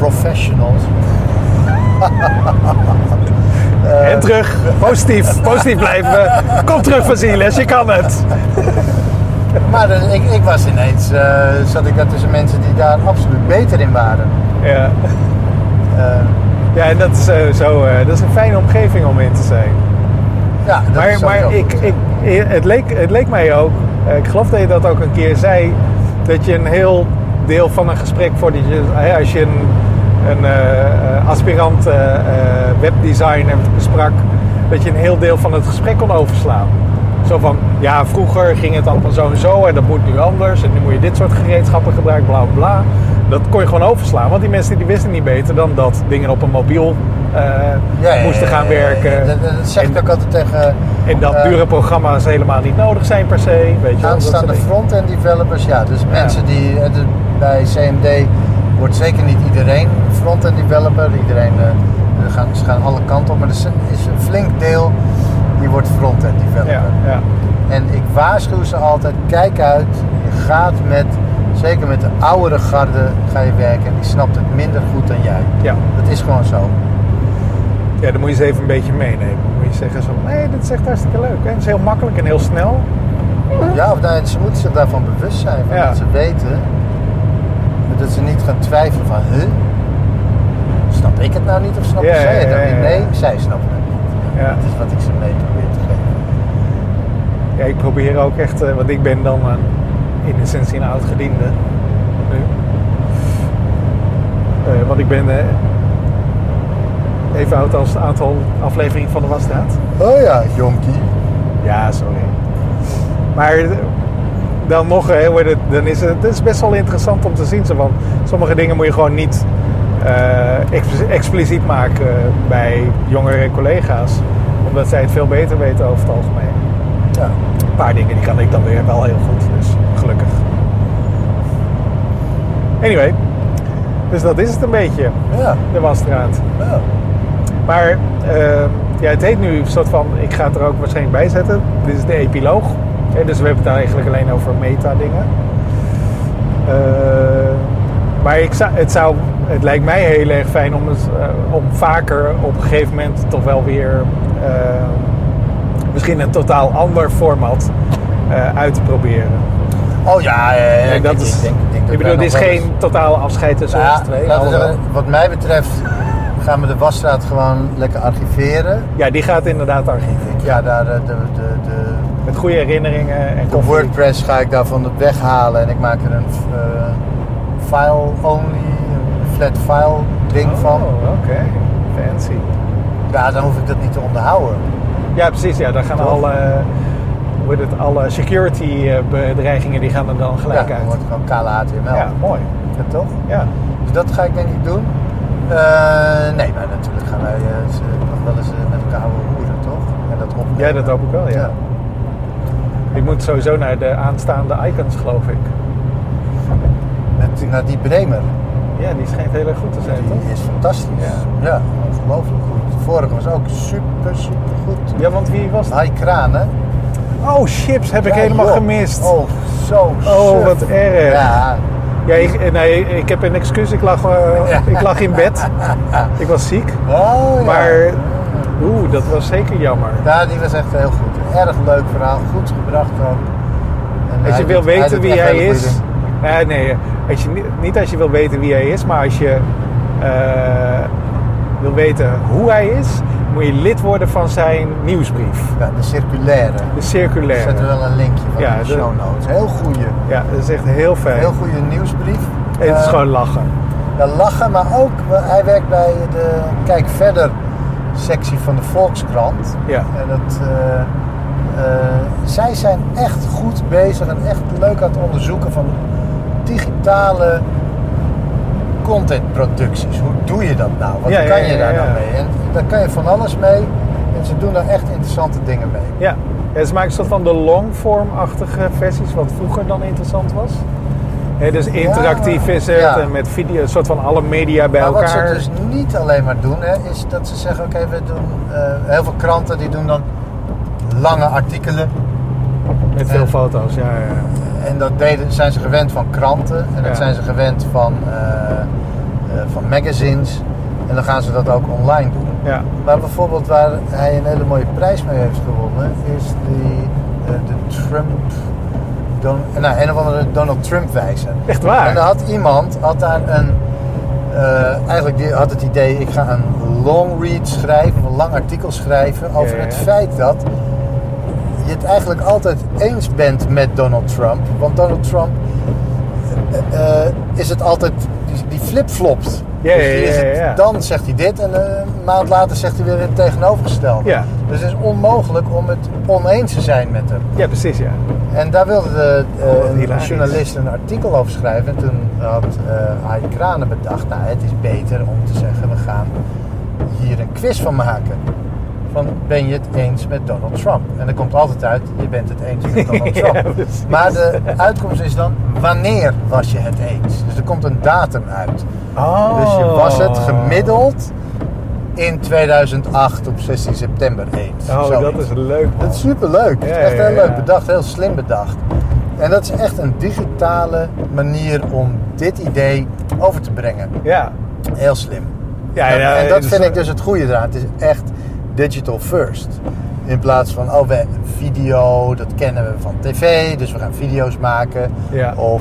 En terug, positief blijven. Kom terug van Ziles, je kan het. Maar ik was ineens, zat ik daar tussen mensen die daar absoluut beter in waren. Ja. Ja, en dat is dat is een fijne omgeving om in te zijn. Ja, dat is maar het leek mij ook, ik geloof dat je dat ook een keer zei, dat je een heel deel van een gesprek als je een aspirant webdesigner besprak, dat je een heel deel van het gesprek kon overslaan. Zo van, ja, vroeger ging het allemaal zo en zo en dat moet nu anders en nu moet je dit soort gereedschappen gebruiken, bla bla bla. Dat kon je gewoon overslaan, want die mensen die wisten niet beter dan dat dingen op een mobiel moesten gaan werken. Dat zeg ik ook altijd tegen... En dat dure programma's helemaal niet nodig zijn per se. Weet je, aanstaande front-end developers, ja. Dus mensen die... bij CMD wordt zeker niet iedereen front-end developer. Iedereen... ze gaan alle kanten op. Maar er is een flink deel die wordt front-end developer. Ja. En ik waarschuw ze altijd, kijk uit. Je gaat zeker met de oudere garde ga je werken. En die snapt het minder goed dan jij. Ja. Dat is gewoon zo. Ja, dan moet je ze even een beetje meenemen. Dan moet je zeggen zo, nee, dit is echt hartstikke leuk. Hè? Het is heel makkelijk en heel snel. Ja, of nee, ze moeten zich daarvan bewust zijn. Van dat ze weten. Dat ze niet gaan twijfelen van, snap ik het nou niet of snappen zij het nou niet? Nee, zij snappen het niet. Ja. Dat is wat ik ze mee probeer te geven. Ja, ik probeer ook echt, want ik ben dan in essentie een oud-gediende nu. Want ik ben even oud als het aantal afleveringen van de Wasstraat. Oh ja, jonkie. Ja, sorry. Maar dan nog, dan is het is best wel interessant om te zien. Want sommige dingen moet je gewoon niet expliciet maken bij jongere collega's. Omdat zij het veel beter weten over het algemeen. Ja. Een paar dingen die kan ik dan weer wel heel goed. Dus gelukkig. Anyway. Dus dat is het een beetje. Ja. De Wasstraat. Ja. Maar het heet nu een soort van... Ik ga het er ook waarschijnlijk bij zetten. Dit is de epiloog. Dus we hebben het daar eigenlijk alleen over meta-dingen. Maar het lijkt mij heel erg fijn om vaker op een gegeven moment toch wel weer misschien een totaal ander format uit te proberen. Oh ja, en dat ik bedoel, dit is geen totale afscheid tussen ons twee. Wat mij betreft gaan we de Wasstraat gewoon lekker archiveren. Ja, die gaat inderdaad archiveren. Ja, daar met goede herinneringen en de WordPress ga ik daarvan weghalen en ik maak er een file-only, flat file ding van. Oh, oké. Fancy. Ja, dan hoef ik dat niet te onderhouden. Ja, precies. Ja, daar gaan alle security bedreigingen die gaan er dan gelijk uit. Ja, dan wordt het gewoon kale HTML. Ja, mooi. Ja, toch? Ja. Dus dat ga ik denk ik doen. Nee, maar natuurlijk gaan wij nog wel eens met elkaar hoeren, toch? En dat opnemen. Ja, dat hoop ik wel, ja. Ik moet sowieso naar de aanstaande Icons, geloof ik. Naar die Bremer. Ja, die schijnt heel erg goed te zijn, toch? Die is fantastisch. Ja, ongelooflijk goed. vorige was ook super goed. Ja, want wie was het? Hai Kranen. Oh, chips heb ik helemaal gemist. Oh, zo Oh, wat erg. Ja. Ja, ik heb een excuus. Ik lag in bed. Ik was ziek. Oh, ja. Maar, dat was zeker jammer. Ja, die was echt heel goed. Erg leuk verhaal. Goed gebracht ook. En als je wil weten wie hij is... Nee. Niet als je wil weten wie hij is, maar als je wil weten hoe hij is, moet je lid worden van zijn nieuwsbrief. Ja, de circulaire. De circulaire. We zetten wel een linkje van de show notes. Heel goeie. Ja, dat is echt heel fijn. Heel goede nieuwsbrief. En het is gewoon lachen. Ja, lachen, maar ook, hij werkt bij de Kijk Verder sectie van de Volkskrant. Ja. En zij zijn echt goed bezig en echt leuk aan het onderzoeken van digitale contentproducties. Hoe doe je dat nou? Wat kan je daar nou mee? En daar kan je van alles mee. En ze doen daar echt interessante dingen mee. Ja, ze maken een soort van de longform-achtige versies, wat vroeger dan interessant was. Dus interactief is het en met video, een soort van alle media bij elkaar. Wat ze dus niet alleen maar doen, is dat ze zeggen, oké, we doen heel veel kranten die doen dan lange artikelen. Met veel foto's, ja. En dat zijn ze gewend van kranten en dat zijn ze gewend van magazines. En dan gaan ze dat ook online doen. Ja. Maar bijvoorbeeld waar hij een hele mooie prijs mee heeft gewonnen, is de Trump... een of andere Donald Trump wijze. Echt waar? En dan had iemand daar die had het idee, ik ga een long read schrijven, een lang artikel schrijven over het feit dat je het eigenlijk altijd eens bent met Donald Trump. Want Donald Trump is het altijd, die flip-flopt. Dan zegt hij dit en een maand later zegt hij weer het tegenovergestelde. Ja. Dus het is onmogelijk om het oneens te zijn met hem. Ja, precies, ja. En daar wilde een journalist een artikel over schrijven. En toen had Hai Kranen bedacht, het is beter om te zeggen, we gaan hier een quiz van maken. Van, ben je het eens met Donald Trump? En er komt altijd uit, je bent het eens met Donald Trump. Ja, maar de uitkomst is dan, wanneer was je het eens? Dus er komt een datum uit. Oh. Dus je was het gemiddeld in 2008 op 16 september eens. Oh, zoiets. dat is leuk, man. Dat is superleuk. Het is echt heel leuk bedacht, heel slim bedacht. En dat is echt een digitale manier om dit idee over te brengen. Ja. Heel slim. En dat vind ik dus het goede eraan. Het is echt digital first. In plaats van, video, dat kennen we van tv, dus we gaan video's maken. Ja. Of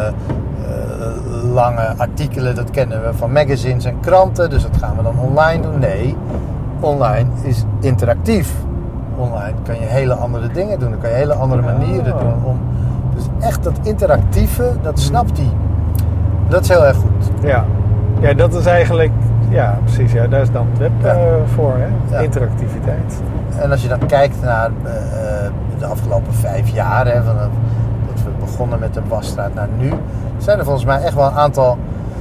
lange artikelen, dat kennen we van magazines en kranten, dus dat gaan we dan online doen. Nee, online is interactief. Online kan je hele andere dingen doen, dan kan je hele andere manieren doen. Dus echt dat interactieve, dat snapt hij. Dat is heel erg goed. Ja, dat is eigenlijk... Ja, precies. Ja, daar is dan het web voor, hè? Ja. Interactiviteit. En als je dan kijkt naar de afgelopen 5 jaar, dat we begonnen met de wasstraat naar nu, zijn er volgens mij echt wel een aantal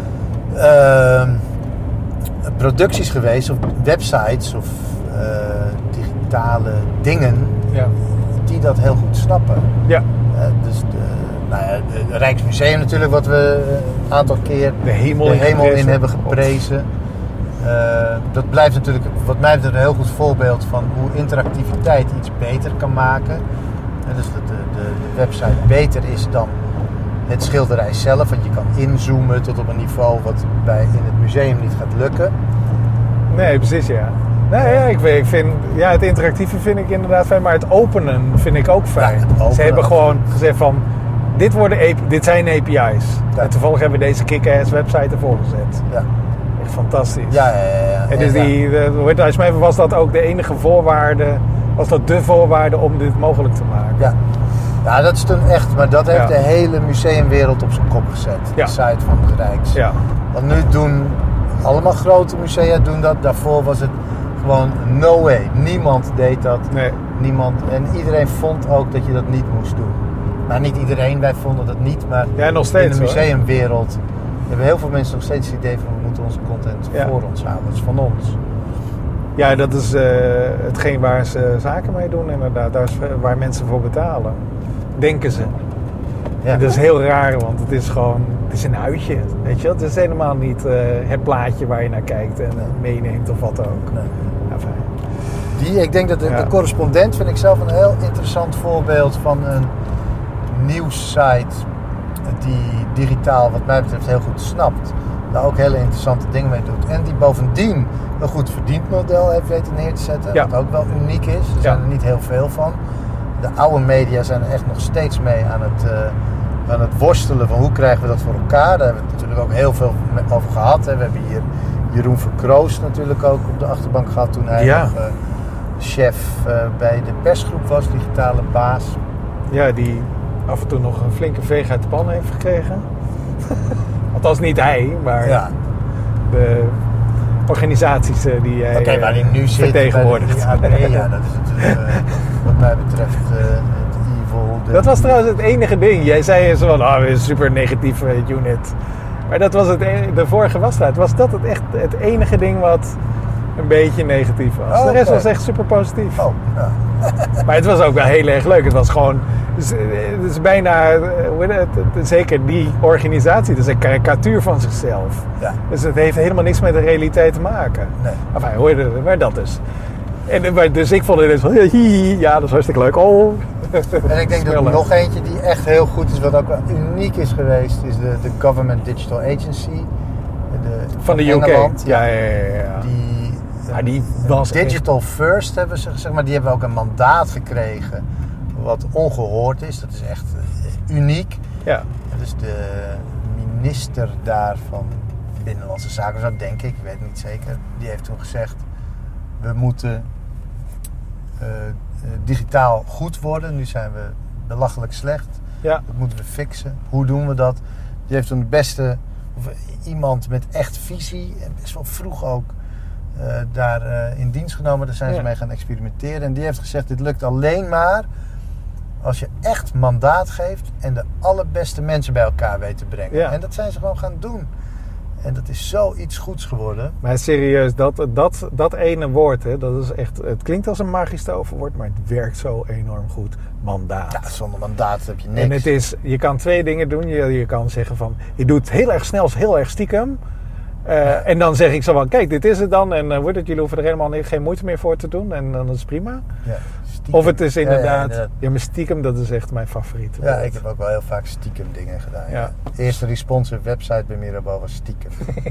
producties geweest, of websites, of digitale dingen, die dat heel goed snappen. Ja. Dus het Rijksmuseum natuurlijk, wat we een aantal keer de hemel in hebben geprezen. Dat blijft natuurlijk wat mij betreft een heel goed voorbeeld van hoe interactiviteit iets beter kan maken. En dus dat de website beter is dan het schilderij zelf. Want je kan inzoomen tot op een niveau wat in het museum niet gaat lukken. Nee, precies, ja. Nee, ik vind, het interactieve vind ik inderdaad fijn, maar het openen vind ik ook fijn. Ze hebben gewoon gezegd van, dit zijn API's. En toevallig hebben we deze kick-ass website ervoor gezet. Ja. Echt fantastisch. Ja. En dus volgens mij was dat ook de enige voorwaarde, was dat de voorwaarde om dit mogelijk te maken. Ja, dat is toen echt, maar dat heeft de hele museumwereld op zijn kop gezet. De site van het Rijks. Ja. Want nu doen allemaal grote musea doen dat. Daarvoor was het gewoon no way. Niemand deed dat. Nee. Niemand. En iedereen vond ook dat je dat niet moest doen. Nou, niet iedereen, wij vonden dat niet, maar nog steeds, in de museumwereld hebben heel veel mensen nog steeds het idee van we moeten onze content voor ons houden. Dat is van ons. Ja, dat is hetgeen waar ze zaken mee doen inderdaad. Daar is waar mensen voor betalen. Denken ze. Ja. Dat is heel raar, want het is gewoon... Het is een uitje, weet je wel. Het is helemaal niet het plaatje waar je naar kijkt en meeneemt of wat ook. Nee. Ja, fijn. Ik denk dat de correspondent vind ik zelf een heel interessant voorbeeld van een nieuwssite die digitaal wat mij betreft heel goed snapt. Daar ook hele interessante dingen mee doet. En die bovendien een goed verdienmodel heeft weten neer te zetten. Ja. Wat ook wel uniek is. Er zijn er niet heel veel van. De oude media zijn er echt nog steeds mee aan het worstelen van hoe krijgen we dat voor elkaar. Daar hebben we het natuurlijk ook heel veel over gehad. Hè. We hebben hier Jeroen Verkroost natuurlijk ook op de achterbank gehad toen hij nog chef bij de persgroep was, digitale baas. Ja, die af en toe nog een flinke veeg uit de pan heeft gekregen. Althans niet hij, maar de organisaties die hij waar hij nu zit vertegenwoordigt. Dat is natuurlijk wat mij betreft het evil. Dat was trouwens het enige ding. Jij zei zo van, we zijn een super negatieve unit. Maar dat was de vorige wasstraat. Was dat het enige ding wat een beetje negatief was? De rest was echt super positief. Oh, ja. Maar het was ook wel heel erg leuk. Het was gewoon... Het is bijna... Zeker die organisatie. Dat is een karikatuur van zichzelf. Ja. Dus het heeft helemaal niks met de realiteit te maken. Nee. Enfin, hoorde maar dat dus. Dus ik vond het van... Ja, dat is hartstikke leuk. Oh. En ik denk dat nog eentje die echt heel goed is. Wat ook wel uniek is geweest. Is de Government Digital Agency. Van de UK. Engeland. Ja. Die was Digital First hebben ze gezegd, maar die hebben ook een mandaat gekregen wat ongehoord is. Dat is echt uniek. Ja. Dus de minister daar van Binnenlandse Zaken, zo denk ik weet het niet zeker, die heeft toen gezegd: we moeten digitaal goed worden. Nu zijn we belachelijk slecht. Ja. Dat moeten we fixen. Hoe doen we dat? Die heeft toen de beste, of iemand met echt visie, en best wel vroeg ook, daar in dienst genomen. Daar zijn ze mee gaan experimenteren. En die heeft gezegd, dit lukt alleen maar als je echt mandaat geeft en de allerbeste mensen bij elkaar weet te brengen. Ja. En dat zijn ze gewoon gaan doen. En dat is zoiets goeds geworden. Maar serieus, dat ene woord, hè, dat is echt... Het klinkt als een magisch toverwoord, maar het werkt zo enorm goed. Mandaat. Ja, zonder mandaat heb je niks. En het is, je kan twee dingen doen. Je kan zeggen van, je doet heel erg snel, heel erg stiekem. En dan zeg ik zo van, kijk, dit is het dan. En jullie hoeven er helemaal geen moeite meer voor te doen. En dan is het prima. Ja, of het is inderdaad... Ja, maar stiekem, dat is echt mijn favoriete woord. Ja, ik heb ook wel heel vaak stiekem dingen gedaan. Ja. De eerste responsive website bij Mirabeau was stiekem.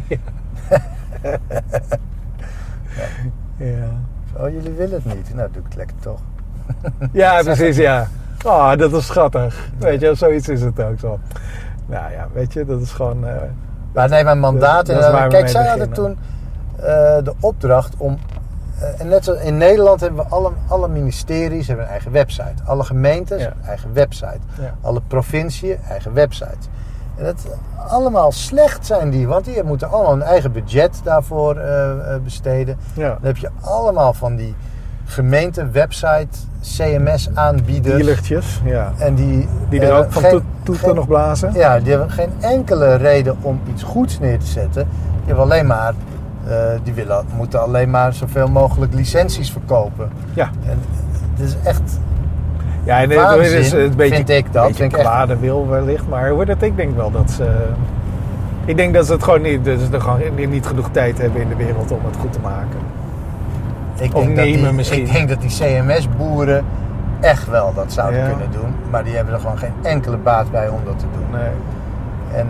Ja. Oh, jullie willen het niet? Nou, doe ik het lekker toch. Ja, precies, ja. Oh, dat is schattig. Weet je, zoiets is het ook zo. Nou ja, weet je, dat is gewoon... Maar nee, mijn mandaat... Kijk, zij hadden toen de opdracht om... en net zoals in Nederland hebben we alle ministeries hebben een eigen website. Alle gemeentes eigen website. Ja. Alle provinciën eigen website. En dat allemaal slecht zijn die, want die moeten allemaal een eigen budget daarvoor besteden. Ja. Dan heb je allemaal van die gemeente website CMS aanbieders. Die luchtjes, ja. En die er ook van toeten nog blazen. Ja, die hebben geen enkele reden om iets goeds neer te zetten. Die hebben alleen maar... moeten alleen maar zoveel mogelijk licenties verkopen. Ja. En het is echt... Ja, en het is een beetje, vind ik dat. Een beetje kwade wil wellicht, maar ik denk wel dat ze... Ik denk dat ze het gewoon niet genoeg tijd hebben in de wereld om het goed te maken. Ik denk dat die CMS-boeren echt wel dat zouden kunnen doen. Maar die hebben er gewoon geen enkele baat bij om dat te doen. Nee. En...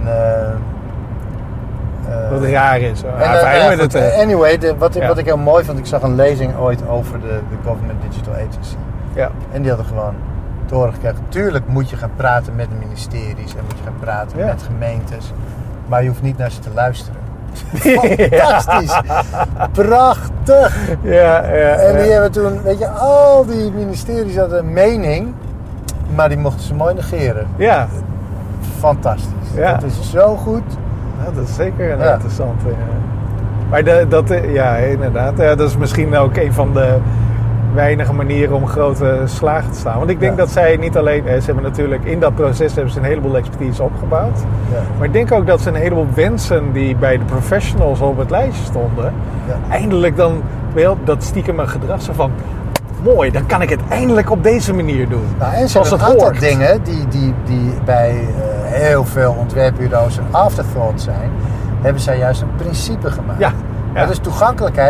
wat raar is. Anyway, wat ik heel mooi vond, ik zag een lezing ooit over de Government Digital Agency. Ja. En die hadden gewoon te horen gekregen. Tuurlijk moet je gaan praten met de ministeries en moet je gaan praten met gemeentes. Maar je hoeft niet naar ze te luisteren. Fantastisch. Prachtig. En die hebben toen, weet je, al die ministeries hadden een mening, maar die mochten ze mooi negeren. Ja. Fantastisch. Ja. Dat is zo goed. Ja, dat is zeker interessant. Ja. Maar inderdaad. Ja, dat is misschien ook een van de weinige manieren om grote slagen te slaan. Want ik denk dat zij niet alleen... Ze hebben natuurlijk in dat proces hebben ze een heleboel expertise opgebouwd. Ja. Maar ik denk ook dat ze een heleboel wensen die bij de professionals op het lijstje stonden... eindelijk dan wel dat stiekem een gedrag zo van... Mooi, dan kan ik het eindelijk op deze manier doen. Nou, en zoals het aantal dingen die bij heel veel ontwerpbureaus een afterthought zijn, hebben zij juist een principe gemaakt. Ja. Dat is toegankelijkheid.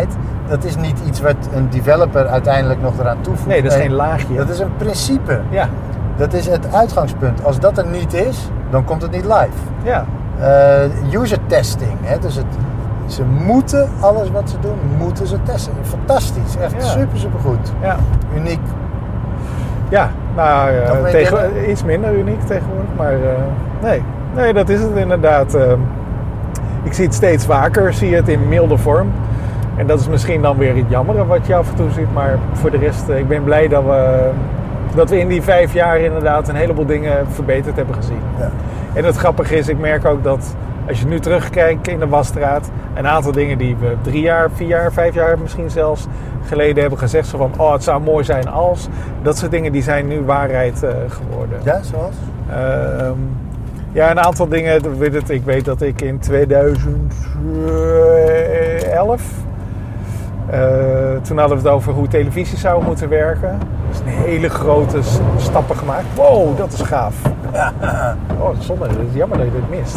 dat is niet iets wat een developer uiteindelijk nog eraan toevoegt. Nee, dat is geen laagje. Dat is een principe. Ja. Dat is het uitgangspunt. Als dat er niet is, dan komt het niet live. Ja. User testing. Hè? Dus ze moeten alles wat ze doen, moeten ze testen. Fantastisch. Echt super goed. Ja. Uniek. Ja, nou iets minder uniek tegenwoordig. Maar nee, dat is het inderdaad. Ik zie het steeds vaker. Zie het in milde vorm. En dat is misschien dan weer het jammere wat je af en toe ziet. Maar voor de rest, ik ben blij dat we in die 5 jaar inderdaad een heleboel dingen verbeterd hebben gezien. Ja. En het grappige is, ik merk ook dat als je nu terugkijkt in de Wasstraat, een aantal dingen die we 3 jaar, 4 jaar, 5 jaar misschien zelfs geleden hebben gezegd. Zo van, het zou mooi zijn als. Dat soort dingen die zijn nu waarheid geworden. Ja, zoals? Een aantal dingen. Ik weet dat ik in 2011... toen hadden we het over hoe televisie zou moeten werken. Dat is een hele grote stappen gemaakt. Wow, dat is gaaf. Zonde, het is jammer dat je dit mist.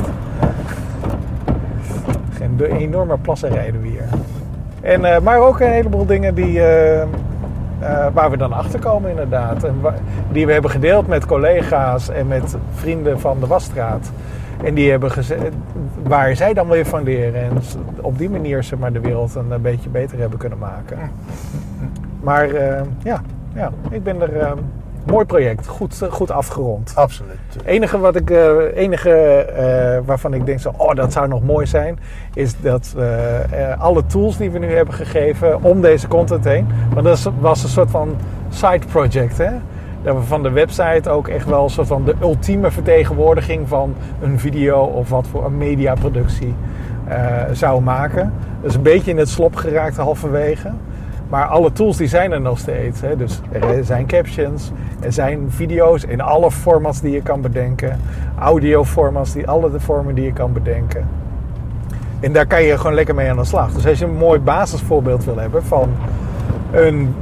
Geen enorme plassen rijden we hier. Maar ook een heleboel dingen die, waar we dan achter komen inderdaad. En die we hebben gedeeld met collega's en met vrienden van de Wasstraat. En die hebben gezegd waar zij dan weer van leren. En op die manier ze maar de wereld een beetje beter hebben kunnen maken. Maar ik ben er... mooi project, goed afgerond. Absoluut. Enige waarvan ik denk dat zou nog mooi zijn, is dat alle tools die we nu hebben gegeven om deze content heen. Want dat was een soort van side project, hè? Dat we van de website ook echt wel een soort van de ultieme vertegenwoordiging van een video of wat voor een mediaproductie zouden maken. Dat is een beetje in het slop geraakt halverwege. Maar alle tools die zijn er nog steeds. Hè? Dus er zijn captions, er zijn video's in alle formats die je kan bedenken. Audioformats, alle de vormen die je kan bedenken. En daar kan je gewoon lekker mee aan de slag. Dus als je een mooi basisvoorbeeld wil hebben van een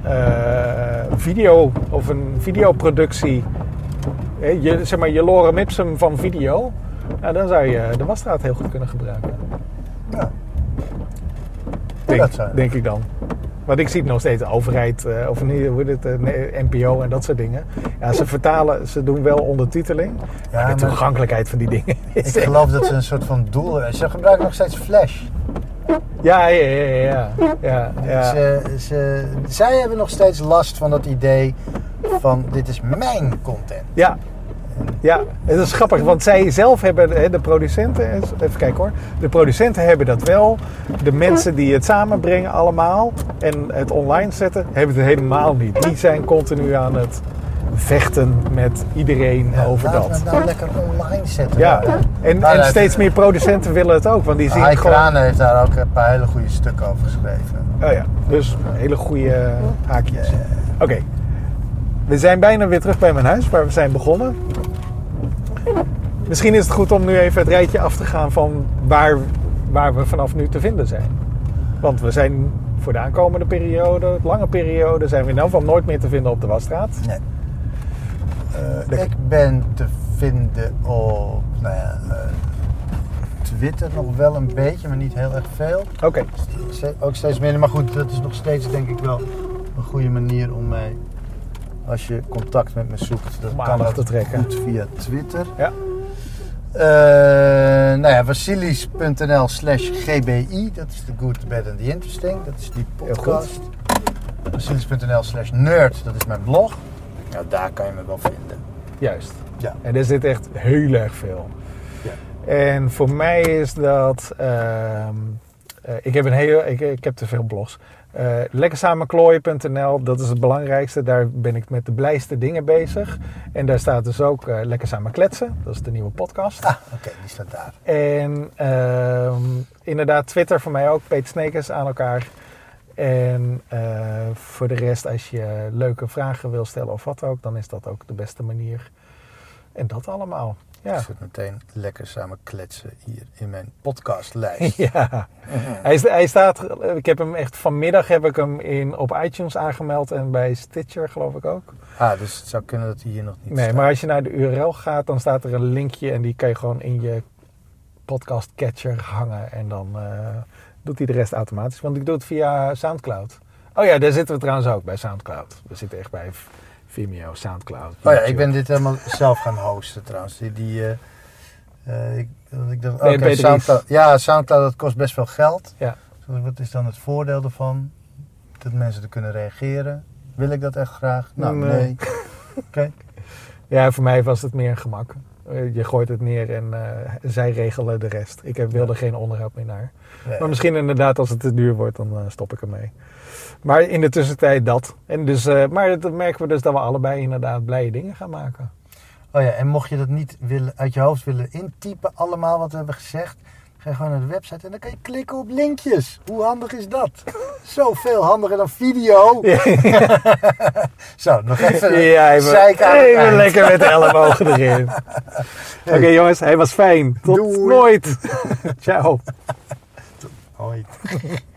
video of een videoproductie. Je lorem ipsum van video. Nou, dan zou je de Wasstraat heel goed kunnen gebruiken. Ja. Denk ik dan. Want ik zie het nog steeds, de overheid, of niet, hoe heet het, NPO en dat soort dingen. Ja, ze doen wel ondertiteling. Ja, maar de toegankelijkheid van die dingen. Ik geloof dat ze een soort van doel hebben. Ze gebruiken nog steeds Flash. Ja. Zij hebben nog steeds last van dat idee van dit is mijn content. Ja, dat is grappig, want zij zelf hebben, de producenten, even kijken hoor, de producenten hebben dat wel. De mensen die het samenbrengen allemaal en het online zetten, hebben het helemaal niet. Die zijn continu aan het vechten met iedereen over dat. Laten we het nou lekker online zetten. Ja, en steeds meer producenten willen het ook, want die zien gewoon... Kranen heeft daar ook een paar hele goede stukken over geschreven. Oh ja, dus hele goede haakjes. Oké. We zijn bijna weer terug bij mijn huis, waar we zijn begonnen. Misschien is het goed om nu even het rijtje af te gaan van waar we vanaf nu te vinden zijn. Want we zijn voor de aankomende periode, lange periode, zijn we in ieder geval nooit meer te vinden op de Wasstraat. Nee. Ik ben te vinden op Twitter nog wel een beetje, maar niet heel erg veel. Oké. Ook steeds minder, maar goed, dat is nog steeds denk ik wel een goede manier om mij... Als je contact met me zoekt, dan kan dat te trekken. Goed via Twitter. Ja. Vasilis.nl/GBI, dat is The Good, The Bad and The Interesting. Dat is die podcast. Vasilis.nl/nerd, dat is mijn blog. Nou, daar kan je me wel vinden. Juist. Ja. En er zit echt heel erg veel. Ja. En voor mij is dat... ik heb te veel blogs. Lekkersamenklooien.nl, dat is het belangrijkste. Daar ben ik met de blijste dingen bezig. En daar staat dus ook Lekker Samen Kletsen. Dat is de nieuwe podcast. Oké, die staat daar. En inderdaad Twitter voor mij ook. Peter Sneekers aan elkaar. En voor de rest, als je leuke vragen wil stellen of wat ook, dan is dat ook de beste manier. En dat allemaal. Ja. Ik zit meteen lekker samen kletsen hier in mijn podcastlijst. Ja, hij staat, ik heb hem echt vanmiddag op iTunes aangemeld en bij Stitcher geloof ik ook. Dus het zou kunnen dat hij hier nog niet staat. Nee, maar als je naar de URL gaat, dan staat er een linkje en die kan je gewoon in je podcast catcher hangen. En dan doet hij de rest automatisch. Want ik doe het via Soundcloud. Oh ja, daar zitten we trouwens ook bij Soundcloud. We zitten echt bij Vimeo, Soundcloud. Oh ja, ik ben dit helemaal zelf gaan hosten trouwens. Ik dacht, oké, Soundcloud. Ja, Soundcloud, dat kost best veel geld. Ja. Wat is dan het voordeel ervan? Dat mensen er kunnen reageren. Wil ik dat echt graag? Nou, nee. Oké. Ja, voor mij was het meer een gemak. Je gooit het neer en zij regelen de rest. Ik wilde geen onderhoud meer naar. Nee. Maar misschien inderdaad als het te duur wordt, dan stop ik ermee. Maar in de tussentijd dat. En dus, maar dat merken we dus dat we allebei inderdaad blije dingen gaan maken. Oh ja, en mocht je dat niet uit je hoofd willen intypen, allemaal wat we hebben gezegd, ga je gewoon naar de website en dan kan je klikken op linkjes. Hoe handig is dat? Zoveel handiger dan video. Ja. Zo, nog even even lekker met de ellebogen erin. Oké, jongens, hij was fijn. Tot nooit. Ciao. Tot nooit.